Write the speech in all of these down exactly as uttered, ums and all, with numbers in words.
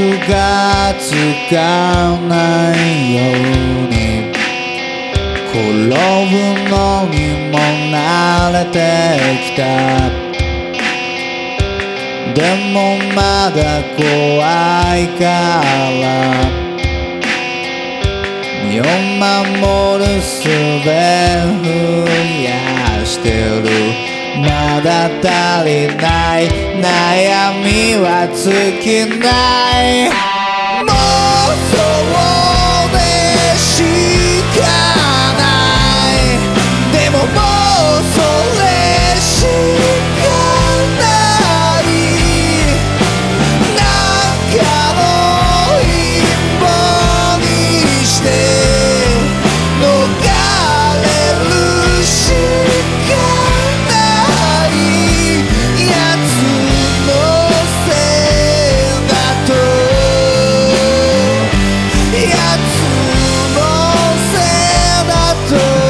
がつかないように転ぶのにも慣れてきた。でもまだ怖いから身を守る術増やしてる。まだ足りない悩みは尽きない。妄想でしかない。でももうそれしかない中の一歩にして逃れるしかないやつのせいだとやつのせいだと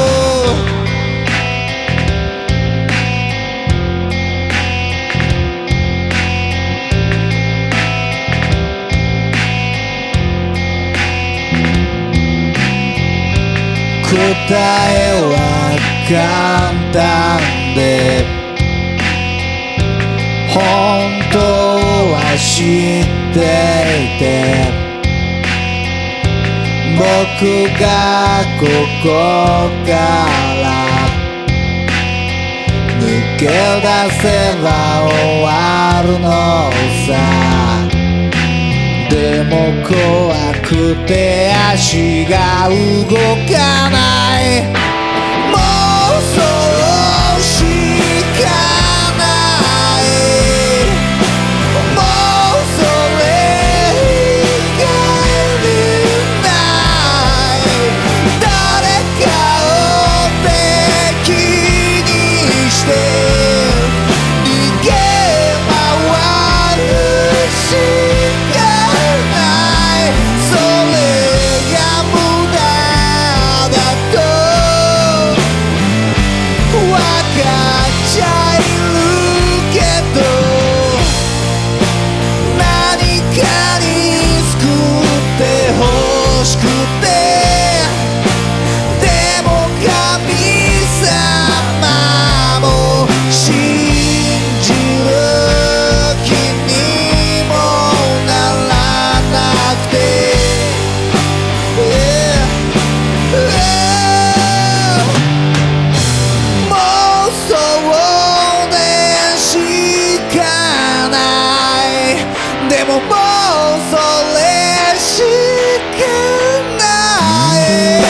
答えは簡単で本当は知っていて僕がここから抜け出せば終わるのさ。でも怖くて足が動かない。妄想しかないもうそれ以外にない誰かを敵にして逃げ回るしかそれが無駄だとわかっちゃいるけど何かに救ってほしくてでも神様も信じる気にもならなくて妄想でしかないでももうそれしかない